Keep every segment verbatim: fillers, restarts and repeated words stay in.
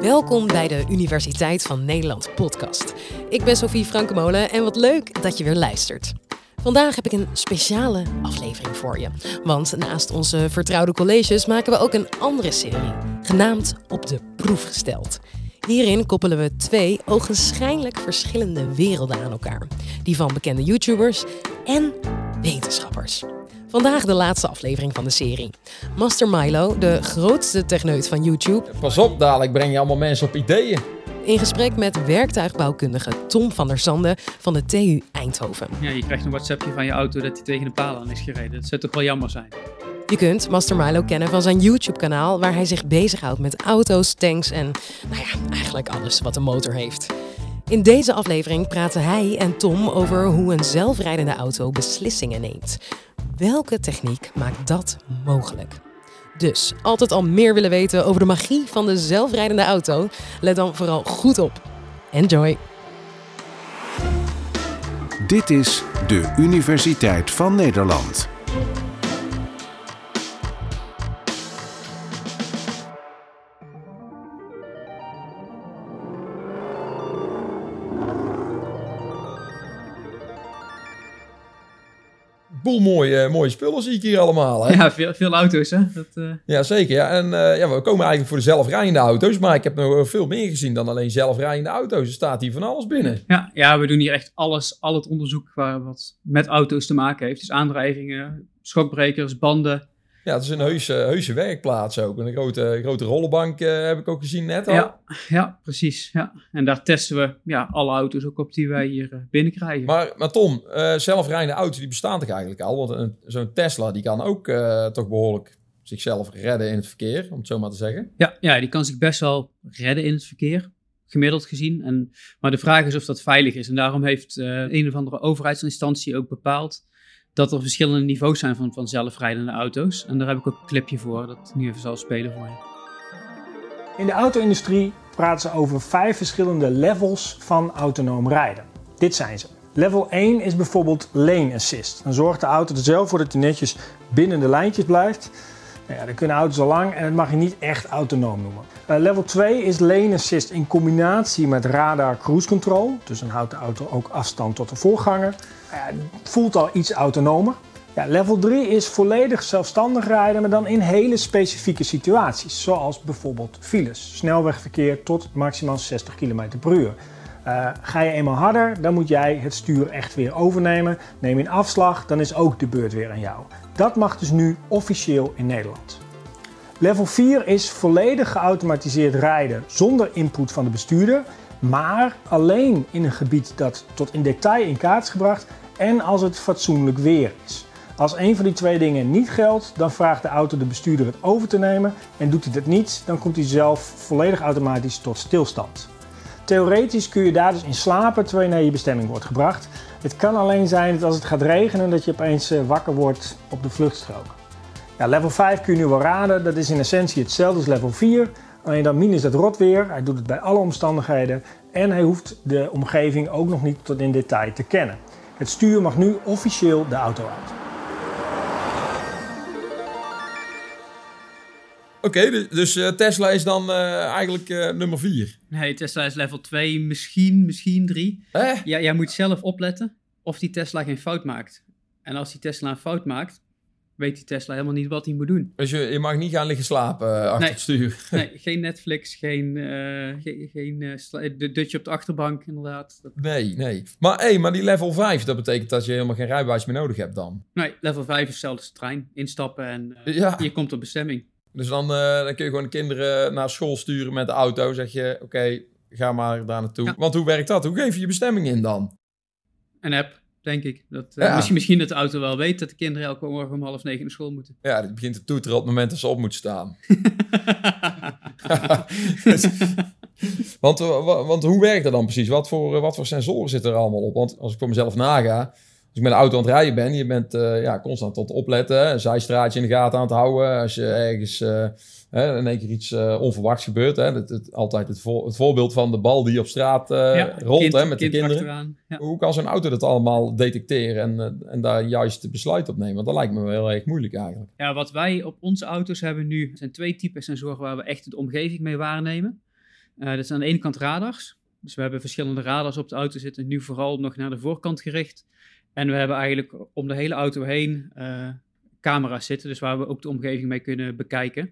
Welkom bij de Universiteit van Nederland podcast. Ik ben Sophie Frankemolen en wat leuk dat je weer luistert. Vandaag heb ik een speciale aflevering voor je. Want naast onze vertrouwde colleges maken we ook een andere serie, genaamd Op de Proef Gesteld. Hierin koppelen we twee ogenschijnlijk verschillende werelden aan elkaar. Die van bekende YouTubers en wetenschappers. Vandaag de laatste aflevering van de serie. Master Milo, de grootste techneut van YouTube. Pas op, dadelijk breng je allemaal mensen op ideeën. In gesprek met werktuigbouwkundige Tom van der Zande van de T U Eindhoven. Ja, je krijgt een WhatsAppje van je auto dat hij tegen een paal aan is gereden. Dat zou toch wel jammer zijn. Je kunt Master Milo kennen van zijn YouTube-kanaal waar hij zich bezighoudt met auto's, tanks en nou ja, eigenlijk alles wat een motor heeft. In deze aflevering praten hij en Tom over hoe een zelfrijdende auto beslissingen neemt. Welke techniek maakt dat mogelijk? Dus, altijd al meer willen weten over de magie van de zelfrijdende auto? Let dan vooral goed op. Enjoy! Dit is de Universiteit van Nederland. Boel mooie, mooie spullen zie ik hier allemaal. Hè? Ja, veel, veel auto's hè. Dat, uh... Ja, zeker. Ja. En uh, ja, we komen eigenlijk voor de zelfrijdende auto's. Maar ik heb nog veel meer gezien dan alleen zelfrijdende auto's. Er staat hier van alles binnen. Ja, ja, we doen hier echt alles, al het onderzoek waar, wat met auto's te maken heeft. Dus aandrijvingen, schokbrekers, banden. Ja, het is een heuse, heuse werkplaats ook. Een grote, grote rollenbank uh, heb ik ook gezien net al. Ja, ja, precies. Ja. En daar testen we ja, alle auto's ook op die wij hier uh, binnenkrijgen. Maar, maar Tom, uh, zelfrijdende auto's die bestaan toch eigenlijk al? Want een, zo'n Tesla die kan ook uh, toch behoorlijk zichzelf redden in het verkeer, om het zo maar te zeggen. Ja, ja, die kan zich best wel redden in het verkeer, gemiddeld gezien. En, maar de vraag is of dat veilig is. En daarom heeft uh, een of andere overheidsinstantie ook bepaald dat er verschillende niveaus zijn van, van zelfrijdende auto's. En daar heb ik ook een clipje voor, dat ik nu even zal spelen voor je. In de auto-industrie praten ze over vijf verschillende levels van autonoom rijden. Dit zijn ze. Level één is bijvoorbeeld lane assist. Dan zorgt de auto er zelf voor dat hij netjes binnen de lijntjes blijft. Nou ja, dan kunnen auto's al lang en dat mag je niet echt autonoom noemen. Uh, level twee is lane assist in combinatie met radar cruise control. Dus dan houdt de auto ook afstand tot de voorganger. Uh, het voelt al iets autonomer. Ja, level drie is volledig zelfstandig rijden, maar dan in hele specifieke situaties. Zoals bijvoorbeeld files, snelwegverkeer tot maximaal zestig kilometer per uur. Uh, ga je eenmaal harder, dan moet jij het stuur echt weer overnemen. Neem je een afslag, dan is ook de beurt weer aan jou. Dat mag dus nu officieel in Nederland. Level vier is volledig geautomatiseerd rijden zonder input van de bestuurder, maar alleen in een gebied dat tot in detail in kaart is gebracht en als het fatsoenlijk weer is. Als een van die twee dingen niet geldt, dan vraagt de auto de bestuurder het over te nemen en doet hij dat niet, dan komt hij zelf volledig automatisch tot stilstand. Theoretisch kun je daar dus in slapen terwijl je naar je bestemming wordt gebracht. Het kan alleen zijn dat als het gaat regenen dat je opeens wakker wordt op de vluchtstrook. Ja, level vijf kun je nu wel raden, dat is in essentie hetzelfde als level vier. Alleen dan min is dat rotweer, hij doet het bij alle omstandigheden en hij hoeft de omgeving ook nog niet tot in detail te kennen. Het stuur mag nu officieel de auto uit. Oké, okay, dus, dus uh, Tesla is dan uh, eigenlijk uh, nummer vier? Nee, Tesla is level twee, misschien, misschien drie. Eh? Ja, jij moet zelf opletten of die Tesla geen fout maakt. En als die Tesla een fout maakt, weet die Tesla helemaal niet wat hij moet doen. Dus je, je mag niet gaan liggen slapen uh, achter nee, het stuur? Nee, geen Netflix, geen, uh, geen, geen uh, sla- de dutje op de achterbank inderdaad. Dat... Nee, nee. Maar, hey, maar die level vijf, dat betekent dat je helemaal geen rijbewijs meer nodig hebt dan? Nee, level vijf is hetzelfde als de trein. Instappen en uh, ja. je komt op bestemming. Dus dan, uh, dan kun je gewoon de kinderen naar school sturen met de auto. Zeg je, oké, okay, ga maar daar naartoe. Ja. Want hoe werkt dat? Hoe geef je je bestemming in dan? Een app, denk ik. Dat, uh, ja. misschien, misschien dat de auto wel weet dat de kinderen elke morgen om half negen naar school moeten. Ja, die begint te toeteren op het moment dat ze op moeten staan. dus, want, want hoe werkt dat dan precies? Wat voor, wat voor sensoren zitten er allemaal op? Want als ik voor mezelf naga, als ik met een auto aan het rijden ben, je bent uh, ja, constant tot opletten, een zijstraatje in de gaten aan het houden. Als je ergens uh, hè, in één keer iets uh, onverwachts gebeurt. Hè, het, het, altijd het, vo- het voorbeeld van de bal die op straat uh, ja, rolt kind, hè, met kind de kinderen. Ja. Hoe kan zo'n auto dat allemaal detecteren en, uh, en daar juist de besluit op nemen? Want dat lijkt me wel heel erg moeilijk eigenlijk. Ja, wat wij op onze auto's hebben nu zijn twee typen sensoren waar we echt de omgeving mee waarnemen. Uh, dat zijn aan de ene kant radars. Dus we hebben verschillende radars op de auto zitten, nu vooral nog naar de voorkant gericht. En we hebben eigenlijk om de hele auto heen uh, camera's zitten, dus waar we ook de omgeving mee kunnen bekijken.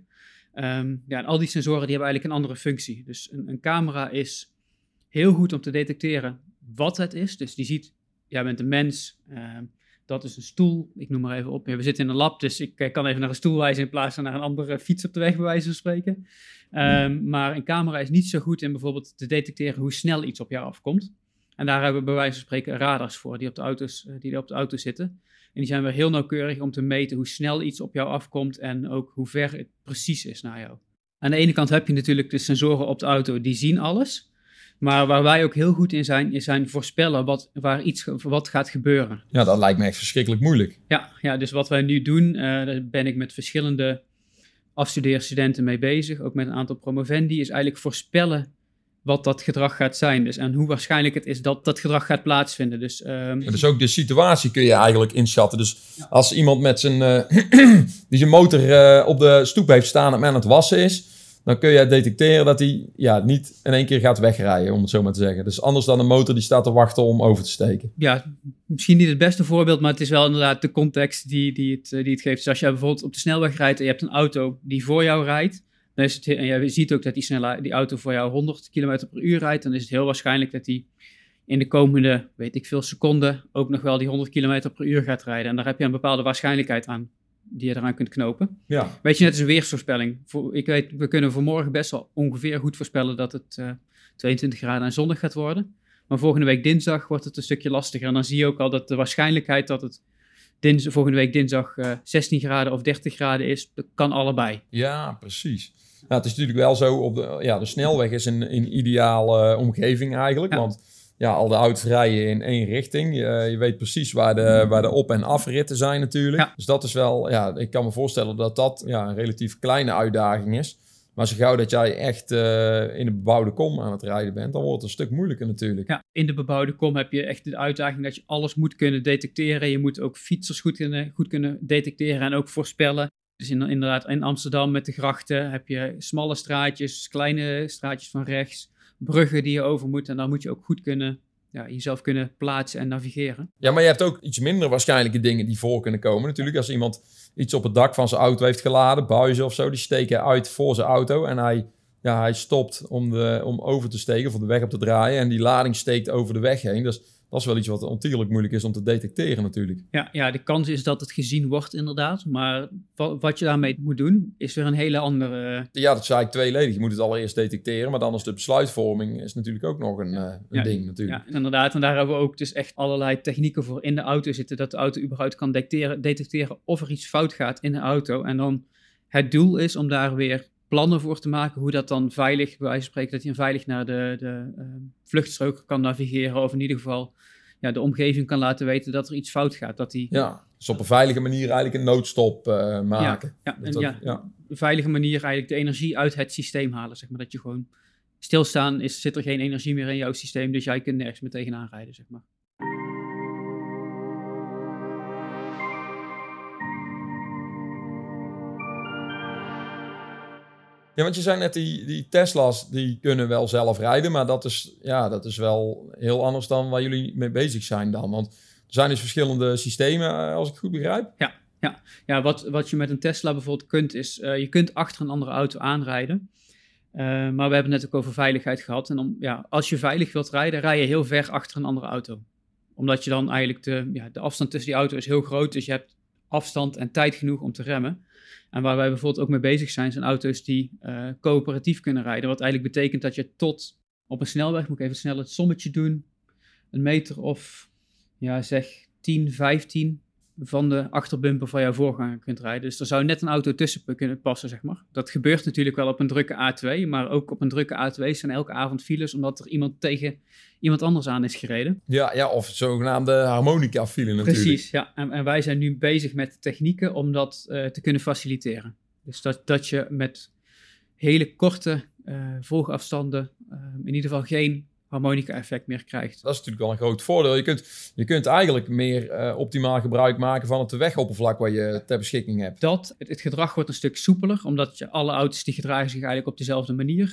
Um, ja, en al die sensoren die hebben eigenlijk een andere functie. Dus een, een camera is heel goed om te detecteren wat het is. Dus die ziet, jij bent een mens, uh, dat is een stoel, ik noem maar even op. Ja, we zitten in een lab, dus ik kan even naar een stoel wijzen in plaats van naar een andere fiets op de weg, bij wijze van spreken. Um, ja. Maar een camera is niet zo goed in bijvoorbeeld te detecteren hoe snel iets op jou afkomt. En daar hebben we bij wijze van spreken radars voor, die op de auto's, die op de auto zitten. En die zijn weer heel nauwkeurig om te meten hoe snel iets op jou afkomt en ook hoe ver het precies is naar jou. Aan de ene kant heb je natuurlijk de sensoren op de auto, die zien alles. Maar waar wij ook heel goed in zijn, is zijn voorspellen wat, waar iets wat gaat gebeuren. Ja, dat lijkt me echt verschrikkelijk moeilijk. Ja, ja dus wat wij nu doen, uh, daar ben ik met verschillende afstudeerstudenten mee bezig. Ook met een aantal promovendi, is eigenlijk voorspellen wat dat gedrag gaat zijn. Dus, en hoe waarschijnlijk het is dat dat gedrag gaat plaatsvinden. Dus, um... ja, dus ook de situatie kun je eigenlijk inschatten. Dus ja. Als iemand met zijn, uh, die zijn motor uh, op de stoep heeft staan en men aan het wassen is, dan kun je detecteren dat hij ja, niet in één keer gaat wegrijden, om het zo maar te zeggen. Dus anders dan een motor die staat te wachten om over te steken. Ja, misschien niet het beste voorbeeld, maar het is wel inderdaad de context die, die, het, die het geeft. Dus als jij bijvoorbeeld op de snelweg rijdt en je hebt een auto die voor jou rijdt, dan is het, en je ziet ook dat die, snelle, die auto voor jou honderd kilometer per uur rijdt, dan is het heel waarschijnlijk dat die in de komende, weet ik veel, seconden ook nog wel die honderd kilometer per uur gaat rijden. En daar heb je een bepaalde waarschijnlijkheid aan die je eraan kunt knopen. Ja. Weet je, net als een weersvoorspelling. Voor, ik weet, we kunnen voor morgen best wel ongeveer goed voorspellen dat het uh, tweeëntwintig graden en zonnig gaat worden. Maar volgende week dinsdag wordt het een stukje lastiger. En dan zie je ook al dat de waarschijnlijkheid dat het dins, volgende week dinsdag uh, zestien graden of dertig graden is, dat kan allebei. Ja, precies. Nou, het is natuurlijk wel zo, op de, ja, de snelweg is een, een ideale uh, omgeving eigenlijk, ja. Want ja, al de auto's rijden in één richting. Je, je weet precies waar de, waar de op- en afritten zijn natuurlijk. Ja. Dus dat is wel, ja, ik kan me voorstellen dat dat ja, een relatief kleine uitdaging is. Maar zo gauw dat jij echt uh, in de bebouwde kom aan het rijden bent, dan wordt het een stuk moeilijker natuurlijk. Ja, in de bebouwde kom heb je echt de uitdaging dat je alles moet kunnen detecteren. Je moet ook fietsers goed kunnen, goed kunnen detecteren en ook voorspellen. Dus in, inderdaad, in Amsterdam met de grachten heb je smalle straatjes, kleine straatjes van rechts, bruggen die je over moet. En dan moet je ook goed kunnen, ja, jezelf kunnen plaatsen en navigeren. Ja, maar je hebt ook iets minder waarschijnlijke dingen die voor kunnen komen. Natuurlijk, als iemand iets op het dak van zijn auto heeft geladen, buizen of zo, die steken uit voor zijn auto. En hij, ja, hij stopt om, de, om over te steken of op de weg op te draaien. En die lading steekt over de weg heen. Dus dat is wel iets wat ontiegelijk moeilijk is om te detecteren natuurlijk. Ja, ja, de kans is dat het gezien wordt inderdaad. Maar wat, wat je daarmee moet doen, is weer een hele andere... Ja, dat is eigenlijk tweeledig. Je moet het allereerst detecteren. Maar dan is de besluitvorming is natuurlijk ook nog een, uh, een ja, ding natuurlijk. Ja, inderdaad. En daar hebben we ook dus echt allerlei technieken voor in de auto zitten. Dat de auto überhaupt kan detecteren, detecteren of er iets fout gaat in de auto. En dan het doel is om daar weer plannen voor te maken. Hoe dat dan veilig, bij wijze van spreken, dat hij veilig naar de, de uh, vluchtstrook kan navigeren. Of in ieder geval ja, de omgeving kan laten weten dat er iets fout gaat. Dat die, ja, dus op een veilige manier eigenlijk een noodstop uh, maken. Ja, ja, en dat, ja, ja. een veilige manier eigenlijk de energie uit het systeem halen. Zeg maar. Dat je gewoon stilstaan is, zit er geen energie meer in jouw systeem. Dus jij kunt nergens meer tegenaan rijden, zeg maar. Ja, want je zei net, die, die Tesla's, die kunnen wel zelf rijden, maar dat is, ja, dat is wel heel anders dan waar jullie mee bezig zijn dan. Want er zijn dus verschillende systemen, als ik het goed begrijp. Ja, ja. ja wat, wat je met een Tesla bijvoorbeeld kunt, is uh, je kunt achter een andere auto aanrijden. Uh, maar we hebben het net ook over veiligheid gehad. En om, ja, als je veilig wilt rijden, rij je heel ver achter een andere auto. Omdat je dan eigenlijk, de, ja, de afstand tussen die auto is heel groot, dus je hebt afstand en tijd genoeg om te remmen. En waar wij bijvoorbeeld ook mee bezig zijn, zijn auto's die uh, coöperatief kunnen rijden. Wat eigenlijk betekent dat je tot op een snelweg, moet ik even snel het sommetje doen, een meter of ja, zeg tien, vijftien van de achterbumper van jouw voorganger kunt rijden. Dus er zou net een auto tussen kunnen passen, zeg maar. Dat gebeurt natuurlijk wel op een drukke A twee, maar ook op een drukke A twee zijn elke avond files, omdat er iemand tegen iemand anders aan is gereden. Ja, ja of zogenaamde harmonica-file natuurlijk. Precies, ja. En, en wij zijn nu bezig met technieken om dat uh, te kunnen faciliteren. Dus dat, dat je met hele korte uh, volgafstanden uh, in ieder geval geen harmonica-effect meer krijgt. Dat is natuurlijk wel een groot voordeel. Je kunt, je kunt eigenlijk meer uh, optimaal gebruik maken van het wegoppervlak wat je ter beschikking hebt. Dat, het, het gedrag wordt een stuk soepeler, omdat je alle auto's die gedragen zich eigenlijk op dezelfde manier.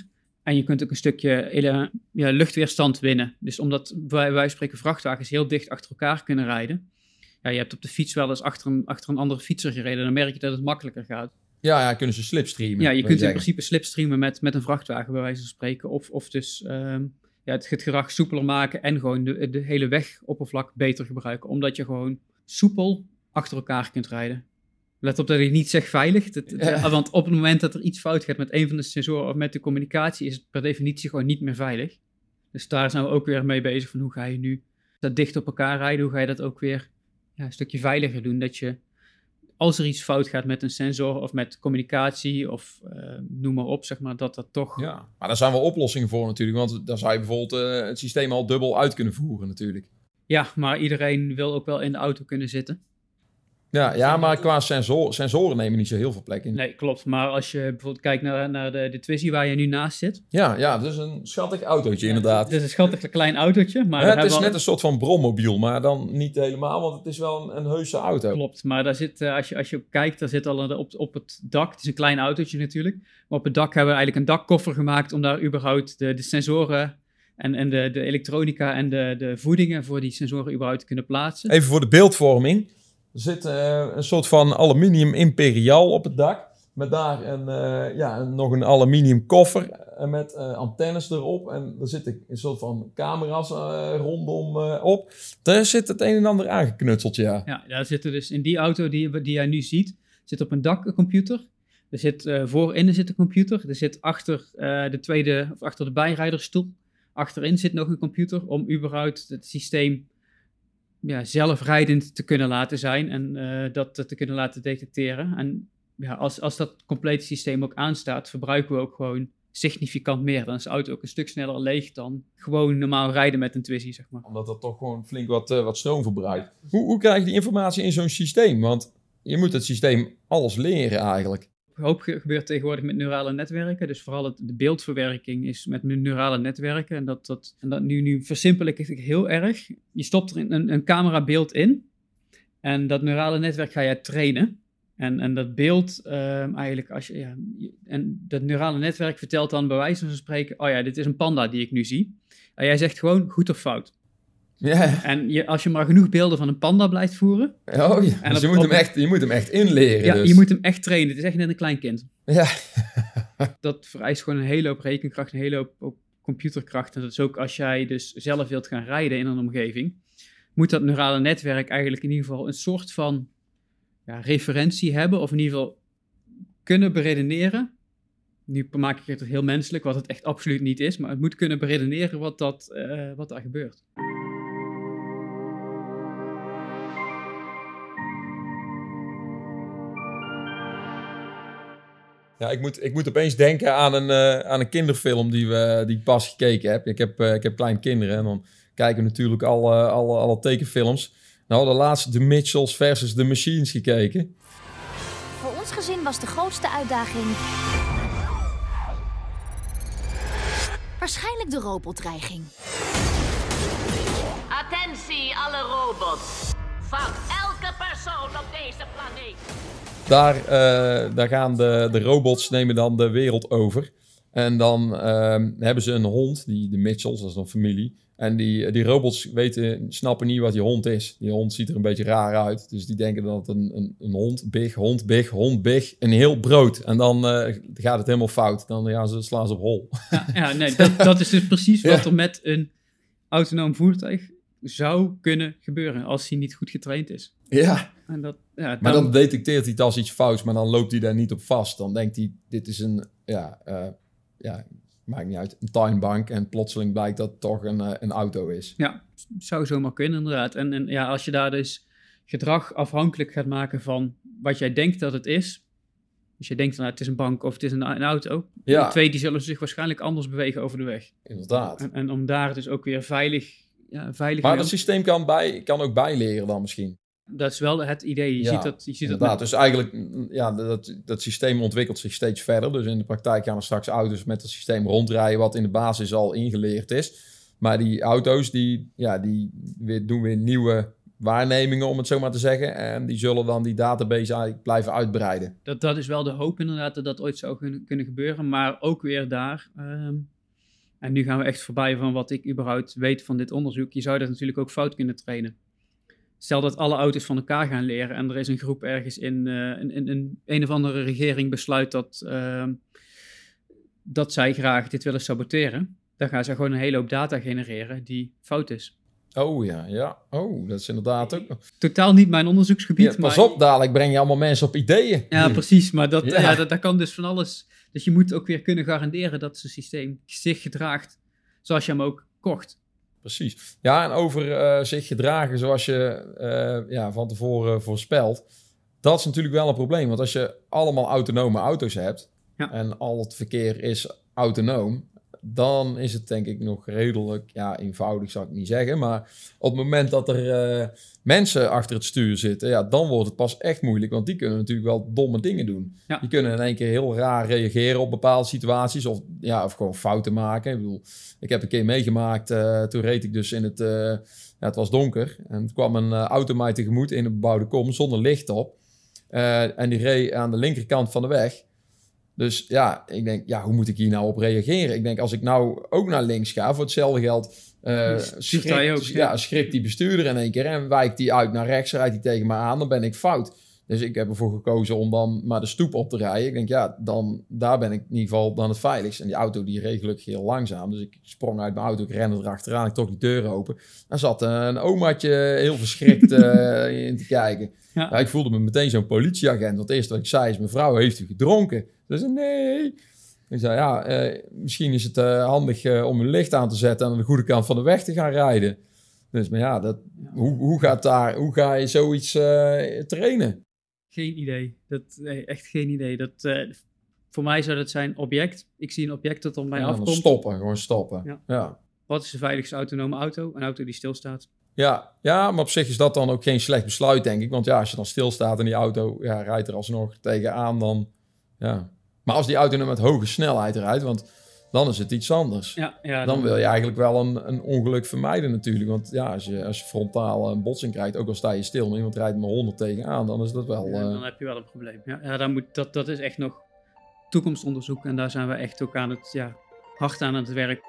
En je kunt ook een stukje hele, ja, luchtweerstand winnen. Dus omdat wij, wij spreken vrachtwagens heel dicht achter elkaar kunnen rijden. Ja, je hebt op de fiets wel eens achter een, achter een andere fietser gereden. Dan merk je dat het makkelijker gaat. Ja, ja, kunnen ze slipstreamen. Ja, je kunt in zeggen. principe slipstreamen met, met een vrachtwagen, bij wijze van spreken. Of, of dus um, ja, het, het gedrag soepeler maken en gewoon de, de hele wegoppervlak beter gebruiken. Omdat je gewoon soepel achter elkaar kunt rijden. Let op dat ik niet zeg veilig. Dat, ja. Want op het moment dat er iets fout gaat met een van de sensoren of met de communicatie, is het per definitie gewoon niet meer veilig. Dus daar zijn we ook weer mee bezig van hoe ga je nu dat dicht op elkaar rijden. Hoe ga je dat ook weer ja, een stukje veiliger doen. Dat je, als er iets fout gaat met een sensor of met communicatie of uh, noem maar op, zeg maar, dat dat toch... Ja, maar daar zijn wel oplossingen voor natuurlijk. Want dan zou je bijvoorbeeld uh, het systeem al dubbel uit kunnen voeren natuurlijk. Ja, maar iedereen wil ook wel in de auto kunnen zitten. Ja, ja, maar qua sensor, sensoren nemen niet zo heel veel plek in. Nee, klopt. Maar als je bijvoorbeeld kijkt naar, naar de, de Twizy waar je nu naast zit. Ja, ja, dat is een schattig autootje ja, inderdaad. Het is een schattig klein autootje. Maar ja, het is net al... een soort van brommobiel, maar dan niet helemaal, want het is wel een, een heuse auto. Klopt, maar daar zit, als je, als je op kijkt, daar zit al op, op het dak, het is een klein autootje natuurlijk, maar op het dak hebben we eigenlijk een dakkoffer gemaakt om daar überhaupt de, de sensoren en, en de, de elektronica en de, de voedingen voor die sensoren überhaupt te kunnen plaatsen. Even voor de beeldvorming. Er zit uh, een soort van aluminium imperiaal op het dak. Met daar een, uh, ja, nog een aluminium koffer uh, met uh, antennes erop. En er zitten een soort van camera's uh, rondom uh, op. Daar zit het een en ander aangeknutseld, ja. Ja, daar zitten dus in die auto die, die jij nu ziet, zit op een dak een computer. Er zit uh, voorin zit een computer. Er zit achter uh, de tweede, of achter de bijrijdersstoel. Achterin zit nog een computer om überhaupt het systeem ja, zelfrijdend te kunnen laten zijn en uh, dat te kunnen laten detecteren. En ja, als, als dat complete systeem ook aanstaat, verbruiken we ook gewoon significant meer. Dan is de auto ook een stuk sneller leeg dan gewoon normaal rijden met een Twizy, zeg maar. Omdat dat toch gewoon flink wat, uh, wat stroom verbruikt. Hoe, hoe krijg je die informatie in zo'n systeem? Want je moet het systeem alles leren eigenlijk. Een hoop gebeurt tegenwoordig met neurale netwerken. Dus vooral het, de beeldverwerking is met neurale netwerken. En dat, dat, en dat nu, nu versimpel ik het heel erg. Je stopt er een, een camerabeeld in. En dat neurale netwerk ga je trainen. En, en dat beeld, um, eigenlijk, als je, ja, en dat neurale netwerk vertelt dan bij wijze van spreken, oh ja, dit is een panda die ik nu zie. En jij zegt gewoon goed of fout. Ja. En je, als je maar genoeg beelden van een panda blijft voeren. Oh ja, en dus op, je, moet op, hem echt, je moet hem echt inleren. Ja, dus. je moet hem echt trainen. Het is echt net een klein kind. Ja. Dat vereist gewoon een hele hoop rekenkracht, een hele hoop, hoop computerkracht. En dat is ook als jij dus zelf wilt gaan rijden in een omgeving, moet dat neurale netwerk eigenlijk in ieder geval een soort van ja, referentie hebben, of in ieder geval kunnen beredeneren. Nu maak ik het heel menselijk, wat het echt absoluut niet is, maar het moet kunnen beredeneren wat, dat, uh, wat daar gebeurt. Ja, ik moet, ik moet opeens denken aan een, uh, aan een kinderfilm die, we, die ik pas gekeken heb. Ik heb, uh, ik heb kleinkinderen en dan kijken we natuurlijk al, uh, alle, alle tekenfilms. Nou, de laatste The Mitchells versus The Machines gekeken. Voor ons gezin was de grootste uitdaging waarschijnlijk de robotdreiging. Attentie alle robots. Van elke persoon op deze planeet. Daar, uh, daar gaan de, de robots nemen dan de wereld over. En dan uh, hebben ze een hond, die, de Mitchells, dat is een familie. En die, die robots weten, snappen niet wat die hond is. Die hond ziet er een beetje raar uit. Dus die denken dat het een, een, een hond, big, hond, big, hond, big, een heel brood. En dan uh, gaat het helemaal fout. Dan gaan ze, slaan ze op hol. Ja, ja nee, dat, dat is dus precies wat er met een autonoom voertuig zou kunnen gebeuren als hij niet goed getraind is. Ja, en dat, ja dan... maar dan detecteert hij het als iets fouts, maar dan loopt hij daar niet op vast. Dan denkt hij, dit is een, ja, uh, ja, maakt niet uit, een tuinbank. En plotseling blijkt dat het toch een, uh, een auto is. Ja, zou zomaar kunnen inderdaad. En, en ja, als je daar dus gedrag afhankelijk gaat maken van wat jij denkt dat het is. Dus je denkt, nou, het is een bank of het is een, een auto. Ja. Die twee die zullen zich waarschijnlijk anders bewegen over de weg. Inderdaad. En, en om daar dus ook weer veilig... Ja, veilig maar dat systeem kan, bij, kan ook bijleren dan misschien. Dat is wel het idee. Je ja, ziet dat, je ziet inderdaad. Dat dus eigenlijk, ja, dat, dat systeem ontwikkelt zich steeds verder. Dus in de praktijk gaan er straks auto's met het systeem rondrijden, wat in de basis al ingeleerd is. Maar die auto's, die, ja, die weer, doen weer nieuwe waarnemingen, om het zo maar te zeggen. En die zullen dan die database eigenlijk blijven uitbreiden. Dat, dat is wel de hoop inderdaad, dat dat ooit zou kunnen, kunnen gebeuren. Maar ook weer daar... Um, En nu gaan we echt voorbij van wat ik überhaupt weet van dit onderzoek. Je zou dat natuurlijk ook fout kunnen trainen. Stel dat alle auto's van elkaar gaan leren en er is een groep ergens in, uh, in, in, in een of andere regering besluit dat, uh, dat zij graag dit willen saboteren. Dan gaan ze gewoon een hele hoop data genereren die fout is. Oh ja, ja. Oh, dat is inderdaad ook... Totaal niet mijn onderzoeksgebied. Ja, pas maar... op, dadelijk breng je allemaal mensen op ideeën. Ja, precies. Maar dat, Ja. ja, dat, dat kan dus van alles. Dus je moet ook weer kunnen garanderen dat het systeem zich gedraagt zoals je hem ook kocht. Precies. Ja, en over uh, zich gedragen zoals je uh, ja, van tevoren voorspelt. Dat is natuurlijk wel een probleem. Want als je allemaal autonome auto's hebt... Ja. en al het verkeer is autonoom... dan is het denk ik nog redelijk, ja, eenvoudig zou ik niet zeggen. Maar op het moment dat er uh, mensen achter het stuur zitten... ja, dan wordt het pas echt moeilijk. Want die kunnen natuurlijk wel domme dingen doen. Ja. Die kunnen in één keer heel raar reageren op bepaalde situaties... of, ja, of gewoon fouten maken. Ik bedoel, ik heb een keer meegemaakt... Uh, toen reed ik dus in het... Uh, ja, het was donker. En er kwam een uh, auto mij tegemoet in een bebouwde kom zonder licht op. Uh, en die reed aan de linkerkant van de weg... Dus ja, ik denk, ja, hoe moet ik hier nou op reageren? Ik denk, als ik nou ook naar links ga, voor hetzelfde geld... Uh, schrikt, ook, ja, schrikt die bestuurder in één keer en wijkt die uit naar rechts, rijdt die tegen me aan, dan ben ik fout. Dus ik heb ervoor gekozen om dan maar de stoep op te rijden. Ik denk, ja, dan, daar ben ik in ieder geval dan het veiligst. En die auto die reed gelukkig heel langzaam. Dus ik sprong uit mijn auto, ik rende erachteraan, ik trok die deur open. Daar zat een omaatje heel verschrikt uh, in te kijken. Ja. Ja, ik voelde me meteen zo'n politieagent. Want het eerste wat ik zei is, mevrouw, heeft u gedronken? Dus nee. Ik zei, ja, uh, misschien is het uh, handig uh, om een licht aan te zetten... en aan de goede kant van de weg te gaan rijden. Dus, maar ja, dat, hoe, hoe, gaat daar, hoe ga je zoiets uh, trainen? Geen idee. Dat, nee, echt geen idee. Dat, uh, voor mij zou dat zijn object. Ik zie een object dat op mij ja, afkomt. Stoppen, gewoon stoppen. Ja. Ja. Wat is de veiligste autonome auto? Een auto die stilstaat. Ja, ja, maar op zich is dat dan ook geen slecht besluit, denk ik. Want ja, als je dan stilstaat en die auto ja, rijdt er alsnog tegenaan, dan... Ja. Maar als die auto nu met hoge snelheid rijdt, want dan is het iets anders. Ja, ja, dan, dan wil je eigenlijk wel een, een ongeluk vermijden natuurlijk. Want ja, als je, als je frontaal een botsing krijgt, ook al sta je stil, maar iemand rijdt maar honderd tegenaan, dan is dat wel... Ja, uh... dan heb je wel een probleem. Ja, ja dan moet, dat, dat is echt nog toekomstonderzoek en daar zijn we echt ook aan het, ja, hard aan het werk.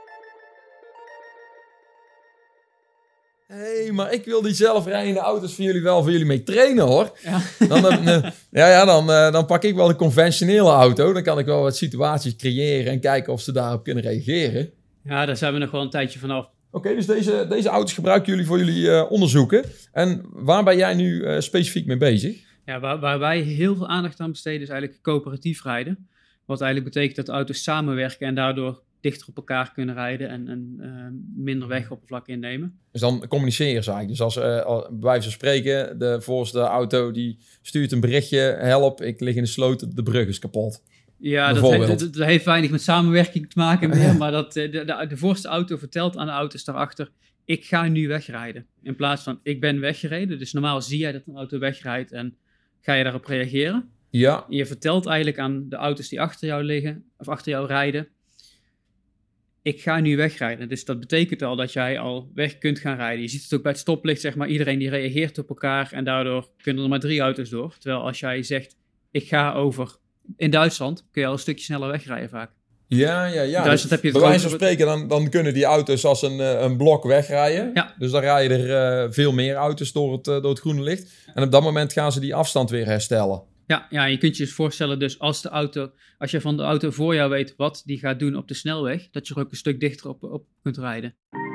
Hé, hey, maar ik wil die zelfrijdende auto's voor jullie wel voor jullie mee trainen, hoor. Ja, dan, dan, uh, ja, ja, dan, uh, dan pak ik wel een conventionele auto. Dan kan ik wel wat situaties creëren en kijken of ze daarop kunnen reageren. Ja, daar zijn we nog wel een tijdje vanaf. Oké, okay, dus deze, deze auto's gebruiken jullie voor jullie uh, onderzoeken. En waar ben jij nu uh, specifiek mee bezig? Ja, waar, waar wij heel veel aandacht aan besteden is eigenlijk coöperatief rijden. Wat eigenlijk betekent dat de auto's samenwerken en daardoor dichter op elkaar kunnen rijden en, en uh, minder wegoppervlak innemen. Dus dan communiceren ze eigenlijk. Dus als, uh, als bij wijze van spreken, de voorste auto die stuurt een berichtje, help, ik lig in de sloot, de brug is kapot. Ja, dat, he, dat, dat heeft weinig met samenwerking te maken meer, maar dat, de, de, de voorste auto vertelt aan de auto's daarachter, ik ga nu wegrijden. In plaats van, ik ben weggereden. Dus normaal zie jij dat een auto wegrijdt en ga je daarop reageren. Ja. Je vertelt eigenlijk aan de auto's die achter jou liggen, of achter jou rijden, ik ga nu wegrijden. Dus dat betekent al dat jij al weg kunt gaan rijden. Je ziet het ook bij het stoplicht, zeg maar. Iedereen die reageert op elkaar en daardoor kunnen er maar drie auto's door. Terwijl als jij zegt, ik ga over... In Duitsland kun je al een stukje sneller wegrijden vaak. Ja, ja, ja. In Duitsland heb je het bij wijze van grote... spreken, dan, dan kunnen die auto's als een, een blok wegrijden. Ja. Dus dan rijden er uh, veel meer auto's door het, uh, door het groene licht. En op dat moment gaan ze die afstand weer herstellen. Ja, ja, je kunt je dus voorstellen, dus als de auto, als je van de auto voor jou weet wat die gaat doen op de snelweg, dat je er ook een stuk dichter op, op kunt rijden.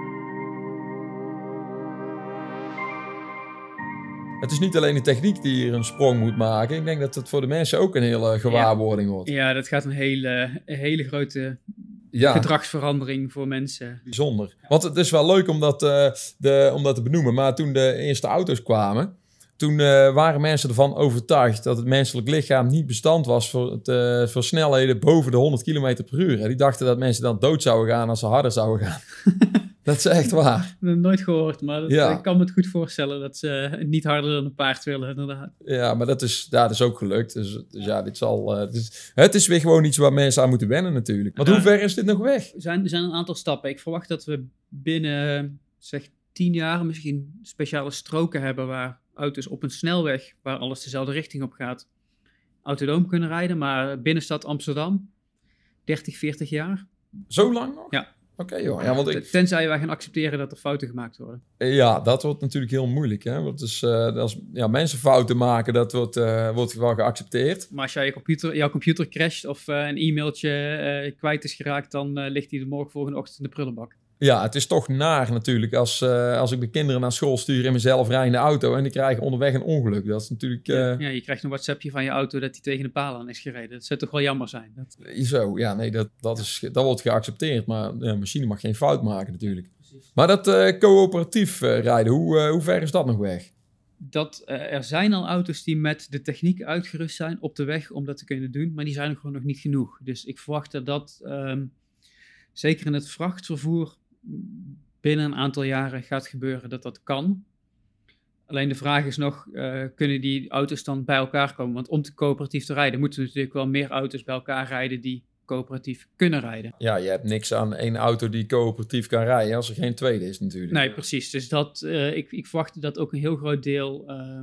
Het is niet alleen de techniek die hier een sprong moet maken. Ik denk dat het voor de mensen ook een hele gewaarwording wordt. Ja, dat gaat een hele, een hele grote ja. gedragsverandering voor mensen. Bijzonder. Want het is wel leuk om dat, uh, de, om dat te benoemen. Maar toen de eerste auto's kwamen, toen uh, waren mensen ervan overtuigd dat het menselijk lichaam niet bestand was voor, het, uh, voor snelheden boven de honderd kilometer per uur. En die dachten dat mensen dan dood zouden gaan als ze harder zouden gaan. Dat is echt waar. Ik heb het nooit gehoord, maar dat, ja. ik kan me het goed voorstellen dat ze niet harder dan een paard willen, inderdaad. Ja, maar dat is, ja, dat is ook gelukt. Dus, dus ja, dit zal, uh, het, is, het is weer gewoon iets waar mensen aan moeten wennen natuurlijk. Want ja. hoe ver is dit nog weg? Er zijn, er zijn een aantal stappen. Ik verwacht dat we binnen, zeg, tien jaar misschien speciale stroken hebben waar auto's op een snelweg, waar alles dezelfde richting op gaat, autonoom kunnen rijden. Maar binnenstad Amsterdam, dertig, veertig jaar. Zo lang nog? Ja. Oké, okay, joh. Ja, want ik... Tenzij wij gaan accepteren dat er fouten gemaakt worden. Ja, dat wordt natuurlijk heel moeilijk. Hè? Want dus, uh, als ja, mensen fouten maken, dat wordt, uh, wordt wel geaccepteerd. Maar als jij je computer, jouw computer crasht of uh, een e-mailtje uh, kwijt is geraakt, dan uh, ligt hij de morgen volgende ochtend in de prullenbak. Ja, het is toch naar natuurlijk als, uh, als ik mijn kinderen naar school stuur in mijn zelfrijdende auto en die krijgen onderweg een ongeluk. Dat is natuurlijk... Uh... Ja, ja, je krijgt een WhatsAppje van je auto dat die tegen de paal aan is gereden. Dat zou toch wel jammer zijn. Dat... Zo, ja, nee, dat, dat, is, dat wordt geaccepteerd. Maar ja, een machine mag geen fout maken natuurlijk. Precies. Maar dat uh, coöperatief uh, rijden, hoe, uh, hoe ver is dat nog weg? Dat, uh, er zijn al auto's die met de techniek uitgerust zijn op de weg om dat te kunnen doen, maar die zijn er gewoon nog niet genoeg. Dus ik verwacht dat dat, um, zeker in het vrachtvervoer, binnen een aantal jaren gaat gebeuren dat dat kan. Alleen de vraag is nog, uh, kunnen die auto's dan bij elkaar komen? Want om te coöperatief te rijden, moeten er natuurlijk wel meer auto's bij elkaar rijden die coöperatief kunnen rijden. Ja, je hebt niks aan één auto die coöperatief kan rijden als er geen tweede is natuurlijk. Nee, precies. Dus dat, uh, ik, ik verwacht dat ook een heel groot deel uh,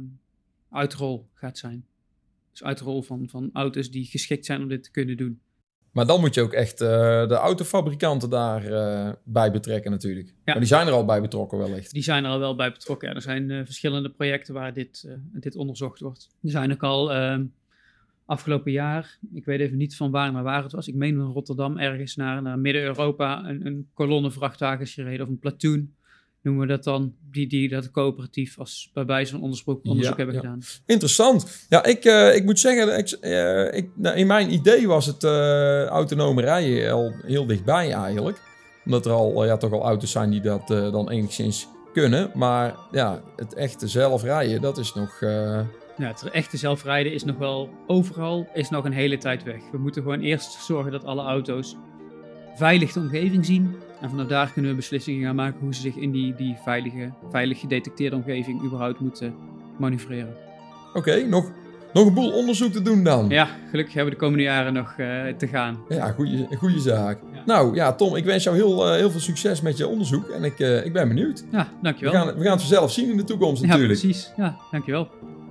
uitrol gaat zijn. Dus uitrol van, van auto's die geschikt zijn om dit te kunnen doen. Maar dan moet je ook echt uh, de autofabrikanten daarbij uh, bij betrekken natuurlijk. Ja. Maar die zijn er al bij betrokken wellicht. Die zijn er al wel bij betrokken. Ja, er zijn uh, verschillende projecten waar dit, uh, dit onderzocht wordt. Er zijn ook al uh, afgelopen jaar, ik weet even niet van waar naar waar het was. Ik meen van Rotterdam ergens naar, naar Midden-Europa een, een kolonne vrachtwagens gereden of een platoon. Noemen we dat dan, die, die dat coöperatief als bij wijze van onderzoek, onderzoek ja, hebben ja. gedaan. Interessant. Ja, ik, uh, ik moet zeggen, ik, uh, ik, nou, in mijn idee was het uh, autonome rijden al heel dichtbij eigenlijk. Omdat er al, uh, ja, toch al auto's zijn die dat uh, dan enigszins kunnen. Maar ja, het echte zelfrijden, dat is nog... Uh... Ja, het echte zelfrijden is nog wel overal, is nog een hele tijd weg. We moeten gewoon eerst zorgen dat alle auto's veilig de omgeving zien. En vanaf daar kunnen we beslissingen gaan maken hoe ze zich in die, die veilige, veilig gedetecteerde omgeving überhaupt moeten manoeuvreren. Oké, okay, nog, nog een boel onderzoek te doen dan. Ja, gelukkig hebben we de komende jaren nog uh, te gaan. Ja, goede, goede zaak. Ja. Nou ja, Tom, ik wens jou heel, uh, heel veel succes met je onderzoek en ik, uh, ik ben benieuwd. Ja, dankjewel. We gaan, we gaan het vanzelf zien in de toekomst natuurlijk. Ja, precies. Ja, dankjewel.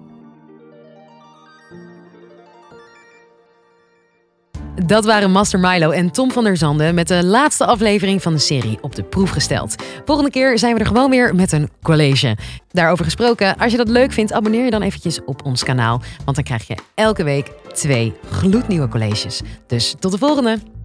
Dat waren Master Milo en Tom van der Zanden met de laatste aflevering van de serie Op de Proef Gesteld. Volgende keer zijn we er gewoon weer met een college. Daarover gesproken, als je dat leuk vindt, abonneer je dan eventjes op ons kanaal. Want dan krijg je elke week twee gloednieuwe colleges. Dus tot de volgende!